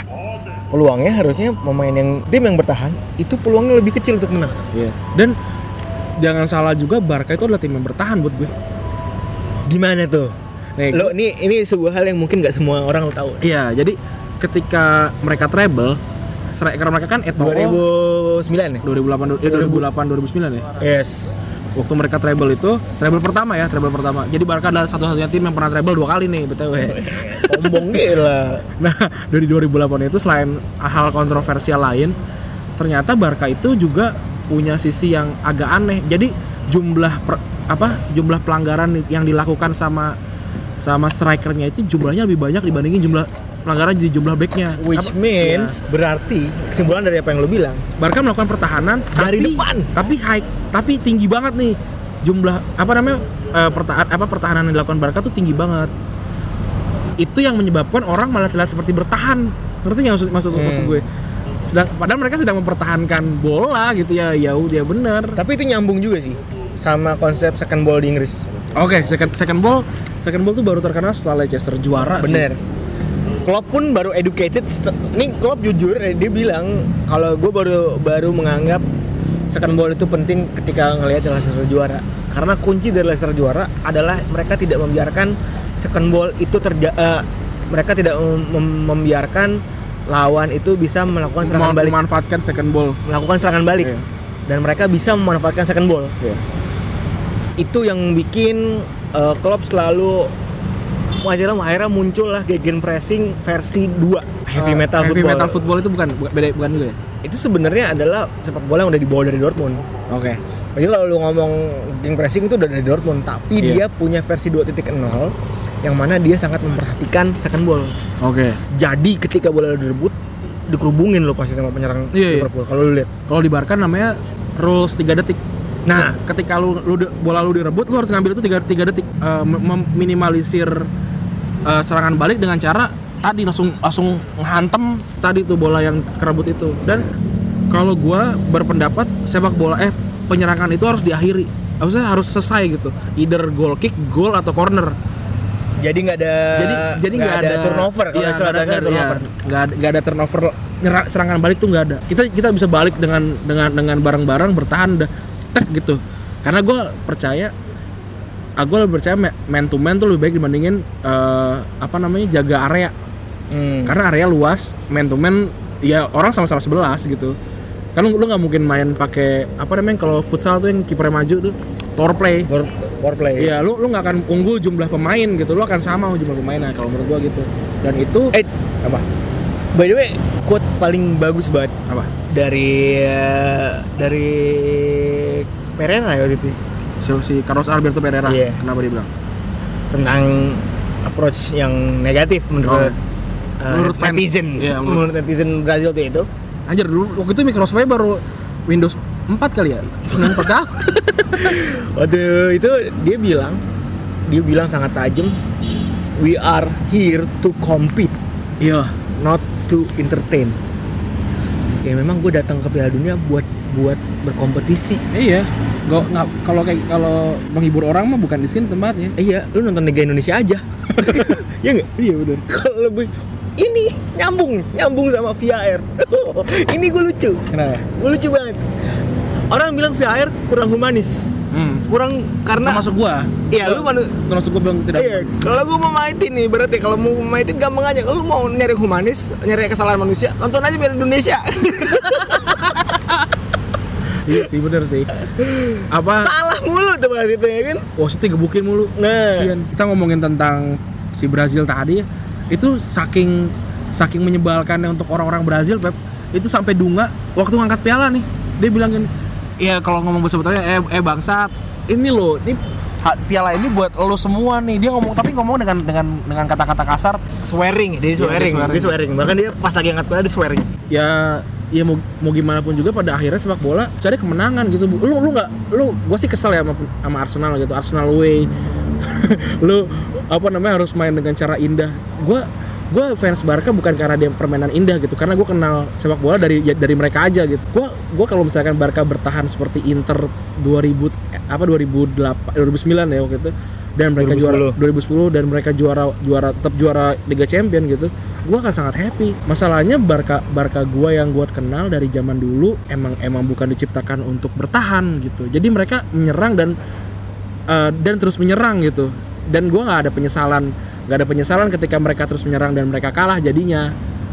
Peluangnya harusnya tim yang bertahan itu peluangnya lebih kecil untuk menang. Iya. Dan jangan salah juga, Barca itu adalah tim yang bertahan buat gue. Gimana tuh? Nih, Lo ini sebuah hal yang mungkin nggak semua orang tahu. Iya, jadi ketika mereka treble, striker mereka kan Eto'o 2009 ya? 2008 2009 ya. Yes. Waktu mereka treble itu, treble pertama. Jadi Barca adalah satu-satunya tim yang pernah treble 2 kali nih, BTW. Sombong gila. Nah, dari 2008 itu selain hal kontroversial lain, ternyata Barca itu juga punya sisi yang agak aneh. Jadi jumlah pelanggaran yang dilakukan sama strikernya itu jumlahnya lebih banyak dibandingin jumlah pelanggaran di jumlah backnya. Which means berarti kesimpulan dari apa yang lo bilang, Barca melakukan pertahanan dari depan, tapi tinggi banget nih jumlah pertahanan yang dilakukan Barca tuh tinggi banget. Itu yang menyebabkan orang malah terlihat seperti bertahan. Ngerti nggak maksud gue? Padahal mereka sedang mempertahankan bola gitu ya. Ya udah bener. Tapi itu nyambung juga sih sama konsep second ball di Inggris. Oke, second ball tuh baru terkenal setelah Leicester juara. Bener. Klopp pun baru educated. Ini Klopp jujur, dia bilang kalau gue baru menganggap second ball itu penting ketika ngelihat Leicester juara. Karena kunci dari Leicester juara adalah mereka tidak membiarkan second ball itu mereka tidak membiarkan lawan itu bisa melakukan serangan balik. Memanfaatkan second ball. Melakukan serangan balik. Yeah. Dan mereka bisa memanfaatkan second ball. Yeah. Itu yang bikin Klopp selalu akhirnya muncul lah gegen pressing versi 2 heavy metal football itu bukan juga ya? Itu sebenarnya adalah sepak bola yang udah dibawa dari Dortmund. Oke. Jadi kalau lu ngomong gegen pressing itu udah dari Dortmund, tapi dia punya versi 2.0 yang mana dia sangat memperhatikan second ball. Oke. Jadi ketika bola direbut dikerubungin lo pasti sama penyerang Liverpool. Kalau lu lihat. Kalau di Barca namanya rules 3 detik. Nah, ketika bola lu direbut, lu harus ngambil itu 3 detik, meminimalisir serangan balik dengan cara tadi langsung ngehantem tadi tuh bola yang kerebut itu. Dan kalau gua berpendapat sepak bola penyerangan itu harus diakhiri. Maksudnya harus selesai gitu. Either goal kick, goal atau corner. Jadi nggak ada turnover kalau nggak ada turnover, serangan balik tuh nggak ada. Kita bisa balik dengan bareng-bareng bertahan udah gitu. Karena gue percaya man to man tuh lebih baik dibandingin jaga area. Karena area luas, man to man ya orang sama-sama 11 gitu. Kan lu nggak mungkin main pakai kalau futsal tuh yang kipernya maju tuh power play. Iya, lu nggak akan unggul jumlah pemain gitu, lu akan sama jumlah pemainnya kalau menurut gua gitu. Dan itu apa? By the way, quote paling bagus banget apa? Dari Pereira ya waktu itu. Si Carlos Alberto Pereira. Yeah. Kenapa dia bilang? Tentang approach yang negatif menurut netizen. Yeah, menurut netizen Brazil tuh itu. Anjir, dulu waktu itu Microsoft baru Windows 4 kali ya? 4 tahun. Waktu itu dia bilang sangat tajam, we are here to compete, not to entertain. Ya memang gue datang ke Piala Dunia buat berkompetisi. Iya. Kalau menghibur orang mah bukan di sini tempatnya. Iya, lu nonton Liga Indonesia aja. Iya nggak? Iya benar. Kalau lebih ini nyambung sama VAR. Ini gue lucu. Kenapa? Gue lucu banget. Orang bilang VAR kurang humanis. Kurang karena masuk gua. Iya, lu masuk gua bilang tidak. Iya, kalau gua mau maitin nih, berarti kalau mau maitin gampang aja. Kalau lu mau nyari humanis, nyari kesalahan manusia, nonton aja Piala Indonesia. Iya sih, bener sih. Salah mulu tuh bahas itu ya kan? Wasitnya gebukin mulu. Nah, kita ngomongin tentang si Brazil tadi, itu saking menyebalkannya untuk orang-orang Brazil, Pep. Itu sampai Dunga waktu ngangkat piala nih, dia bilang gini, iya kalau ngomong sebetulnya bangsat, ini loh, ini piala ini buat lo semua nih. Dia ngomong dengan kata-kata kasar, swearing. Bahkan dia pas lagi angkat piala dia swearing. Ya mau gimana pun juga pada akhirnya sepak bola cari kemenangan gitu. Gue sih kesel ya sama Arsenal gitu, Arsenal way. Lu harus main dengan cara indah. Gue fans Barca bukan karena dia permainan indah gitu, karena gue kenal sepak bola dari mereka aja gitu. Gue kalau misalkan Barca bertahan seperti Inter 2009 ya waktu itu, dan mereka 2010. juara 2010 dan mereka tetap juara Liga Champion gitu, gue akan sangat happy. Masalahnya Barca gue yang gue kenal dari zaman dulu emang bukan diciptakan untuk bertahan gitu. Jadi mereka menyerang dan terus menyerang gitu. Dan gue nggak ada penyesalan ketika mereka terus menyerang dan mereka kalah jadinya.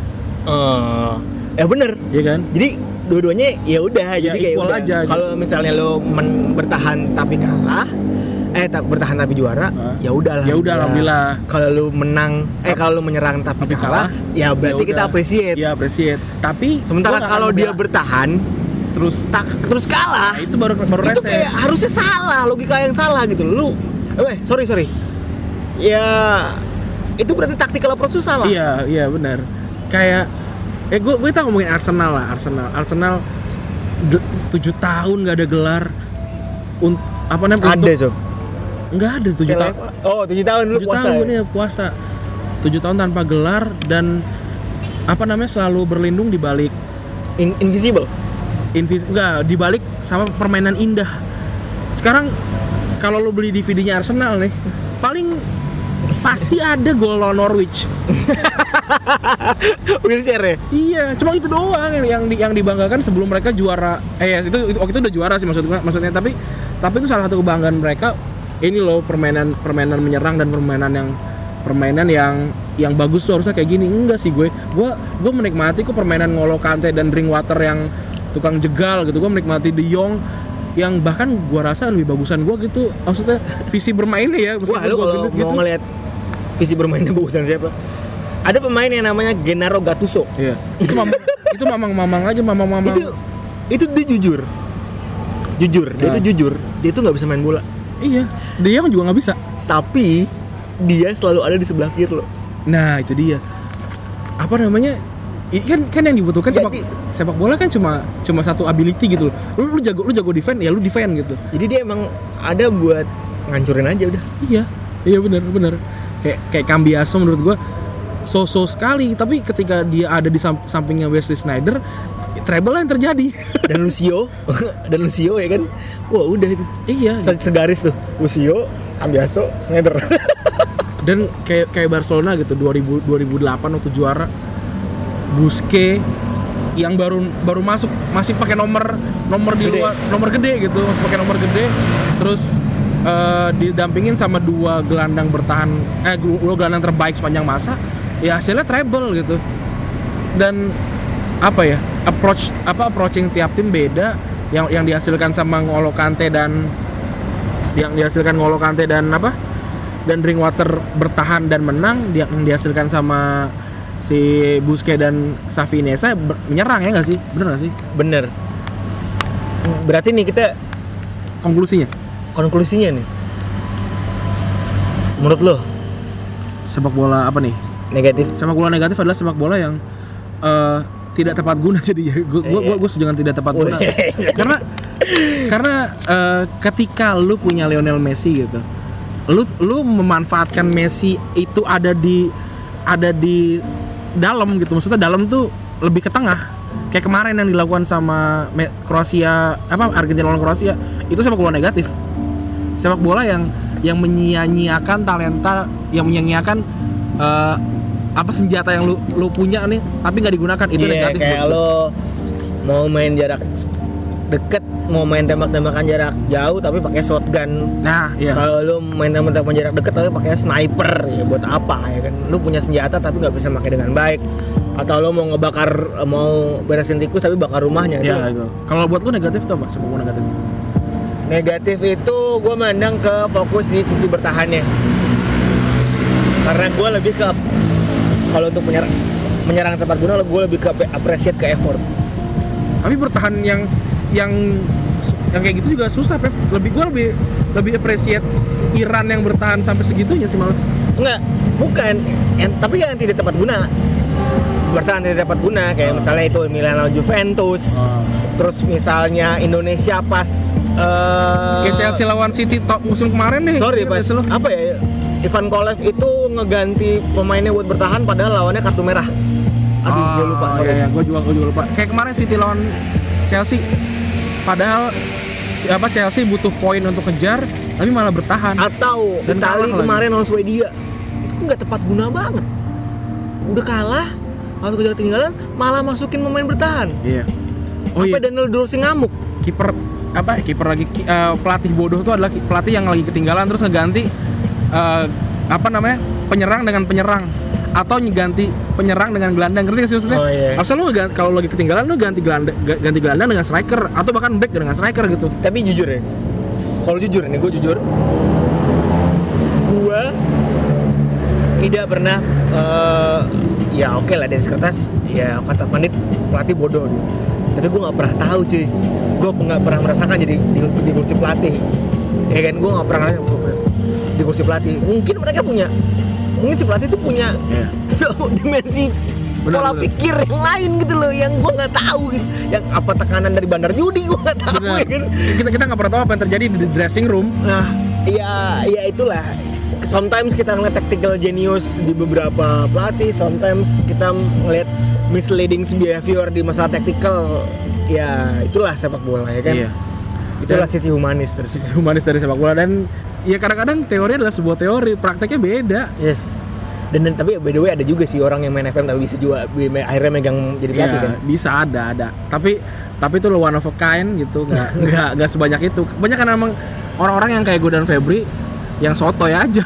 Bener. Iya kan? Jadi dua-duanya ya udah, ya, jadi kayak equal udah. aja. Kalau misalnya lo bertahan tapi kalah, bertahan tapi juara, ya udah alhamdulillah. Kalau lu menang, kalau lu menyerang tapi kalah, ya berarti kita appreciate. Ya appreciate. Tapi sementara kalau dia bertahan terus kalah, nah, itu baru itu rese. kayak harusnya salah, logika yang salah gitu. Lu sorry. Ya itu berarti tactical approach salah. Iya benar. Kayak kita ngomongin Arsenal 7 tahun nggak ada gelar. Apa namanya? Ada sob. Nggak ada 7 tahun. Oh 7 tahun lu 7 puasa. 7 tahun ya puasa. 7 tahun tanpa gelar dan selalu berlindung di balik invisible. Enggak, di balik sama permainan indah. Sekarang kalau lu beli DVD-nya Arsenal nih, paling pasti ada gol lawan Norwich. Wilshere ya? Iya, cuma itu doang yang dibanggakan sebelum mereka juara. Itu waktu itu udah juara sih maksudnya, tapi itu salah satu kebanggaan mereka. Ini loh permainan menyerang dan permainan yang bagus tuh harusnya kayak gini. Enggak sih gue menikmati kok permainan N'Golo Kante dan Drinkwater yang tukang jegal gitu. Gue menikmati De Jong yang bahkan gue rasa lebih bagusan gue gitu. Maksudnya visi bermainnya ya. Wah, lu kalau mau ngeliat visi bermainnya bagusan siapa? Ada pemain yang namanya Gennaro Gattuso. Iya. Itu mamang aja. Itu dia jujur. Dia itu jujur. Dia itu nggak bisa main bola. Iya. Dia kan juga nggak bisa. Tapi dia selalu ada di sebelah kiri lo. Nah itu dia. Apa namanya? Kan yang dibutuhkan sepak bola kan cuma satu ability gitu. Lu jago defend ya lu defend gitu. Jadi dia emang ada buat ngancurin aja udah. Iya benar. Kayak Cambiaso menurut gua so sekali, tapi ketika dia ada di sampingnya Wesley Sneijder, treble yang terjadi. Dan Lucio ya kan. Wah, udah itu. Iya. Segaris tuh. Lucio, Cambiaso, Sneijder. Dan kayak Barcelona gitu 2008 waktu juara, Busquets yang baru masuk masih pakai nomor di luar, nomor gede gitu, masih pakai nomor gede, terus didampingin sama dua gelandang terbaik sepanjang masa, ya hasilnya treble gitu. Dan approaching tiap tim beda, yang dihasilkan sama N'Golo Kante dan dan Drinkwater bertahan dan menang, yang dihasilkan sama si Busquets dan Xavi Iniesta menyerang, ya nggak sih? Bener nggak sih? Bener. Berarti nih kita konklusinya nih, menurut lo sepak bola apa nih? Negatif. Sepak bola negatif adalah sepak bola yang tidak tepat guna. Jadi gue setuju dengan tidak tepat guna. Karena ketika lu punya Lionel Messi gitu, lu memanfaatkan Messi itu ada di dalam gitu. Maksudnya dalam tuh lebih ke tengah. Kayak kemarin yang dilakukan sama Kroasia, Argentina lawan Kroasia, itu sepak bola negatif. Sepak bola yang menyia-nyiakan talenta, yang menyia-nyiakan senjata yang lu punya nih, tapi nggak digunakan, itu negatif. Kayak lo mau main jarak deket, mau main tembak-tembakan jarak jauh tapi pakai shotgun. Nah, iya. Kalau lu main tembak-tembakan jarak deket tapi pakai sniper, ya buat apa ya kan? Lu punya senjata tapi nggak bisa pakai dengan baik. Atau lu mau beresin tikus tapi bakar rumahnya. Iya, itu. Kalau buat lu negatif tuh apa? Sepak bola negatif? Negatif itu gue mandang ke fokus di sisi bertahannya. Karena gue lebih ke, kalau untuk menyerang tepat guna, gue lebih ke appreciate ke effort. Tapi bertahan yang kayak gitu juga susah, Pep. Gue lebih appreciate Iran yang bertahan sampai segitunya sih malah. Enggak, bukan. Tapi yang tidak tepat guna. Bertahan tidak tepat guna, kayak misalnya itu Milan lawan Juventus. Terus misalnya Indonesia pas kayak Chelsea lawan City musim kemarin nih. Sorry, pas apa ya? Ivan Kolev itu ngeganti pemainnya buat bertahan padahal lawannya kartu merah. Aduh, gue lupa. Iya, gue juga lupa. Kayak kemarin City lawan Chelsea, padahal Chelsea butuh poin untuk kejar tapi malah bertahan. Atau Dan Itali kalah kemarin lawan Swedia itu kan nggak tepat guna banget, udah kalah atau kejar ketinggalan malah masukin pemain bertahan. Iya. Daniel Dorsi ngamuk. Kiper lagi pelatih bodoh tuh adalah pelatih yang lagi ketinggalan terus ngeganti penyerang dengan penyerang atau ganti penyerang dengan gelandang, ngerti gak sih maksudnya? Harusnya lu kalau lagi ketinggalan lu ganti gelandang dengan striker atau bahkan back dengan striker gitu. Tapi jujur ya, kalau jujur nih, gue tidak pernah ya oke lah dari kertas ya kata pandit pelatih bodoh gitu. Tapi gue nggak pernah tahu cuy, gue nggak pernah merasakan jadi di kursi pelatih, ya kan? Gue nggak pernah di kursi pelatih. Mungkin si pelatih itu punya dimensi pola pikir yang lain gitu loh, yang gue nggak tahu gitu. Yang apa tekanan dari bandar judi gue nggak tahu. Ya kan? Kita nggak pernah tahu apa yang terjadi di dressing room. Nah, ya itulah. Sometimes kita ngeliat tactical genius di beberapa pelatih, sometimes kita ngeliat misleading behavior di masalah tactical. Ya itulah sepak bola ya kan. Iya. Itulah sisi humanis dari sepak bola. Dan ya kadang-kadang teori adalah sebuah teori, prakteknya beda. Yes. Dan tapi by the way ada juga sih orang yang main FM tapi bisa juga akhirnya megang jadi pelatih kan. Bisa ada. Tapi itu one of a kind gitu, nggak sebanyak itu. Banyak kan emang orang-orang yang kayak gue dan Febri yang sotoy aja.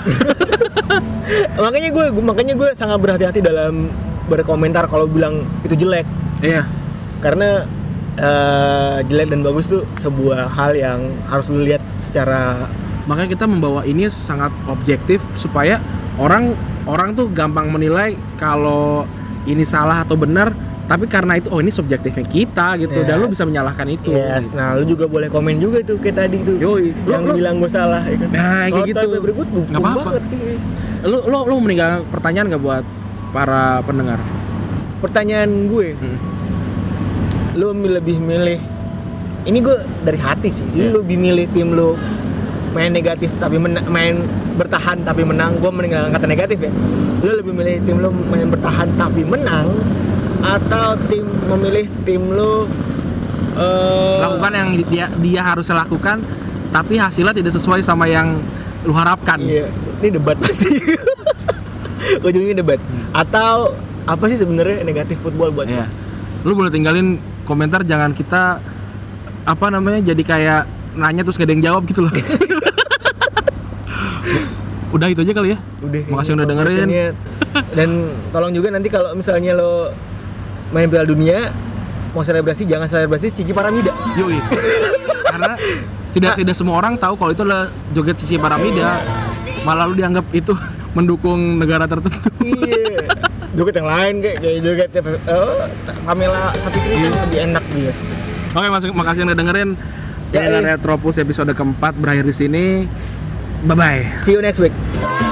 makanya gue sangat berhati-hati dalam berkomentar kalau bilang itu jelek. Iya. Karena jelek dan bagus tuh sebuah hal yang harus lu lihat secara. Makanya kita membawa ini sangat objektif supaya orang tuh gampang menilai kalau ini salah atau benar, tapi karena itu ini subjektifnya kita gitu. Dan lu bisa menyalahkan itu. Yes. Gitu. Nah, lu juga boleh komen juga tuh kayak tadi tuh. Yang bilang gue salah ya kan. Nah, kayak gitu. Berikut enggak apa-apa. Lu meninggal pertanyaan enggak buat para pendengar? Pertanyaan gue. Lu lebih milih, ini gue dari hati sih. Lu lebih milih tim lu main negatif tapi main bertahan tapi menang. Gue meninggalkan kata negatif ya. Lu lebih milih tim lu main bertahan tapi menang, atau memilih tim lu lakukan yang dia harusnya lakukan tapi hasilnya tidak sesuai sama yang lu harapkan. Iya. Ini debat pasti. Ujungnya debat. Atau apa sih sebenarnya negatif football buat lu? Lu boleh tinggalin komentar, jangan kita jadi kayak nanya terus gak ada yang jawab gitu loh. Udah itu aja kali ya. Makasih udah dengerin. Dan tolong juga nanti kalau misalnya lo main Piala Dunia mau selebrasi, jangan selebrasi Cici Paramida. Yoi. Karena tidak semua orang tahu kalau itu adalah joget Cici Paramida. Malah lu dianggap itu mendukung negara tertentu. Iya. Joget yang lain kayak joget Pamela Sapitri kan lebih enak dia. Oke, makasih yang udah dengerin. Ini Retropus episode keempat berakhir di sini. Bye bye. See you next week.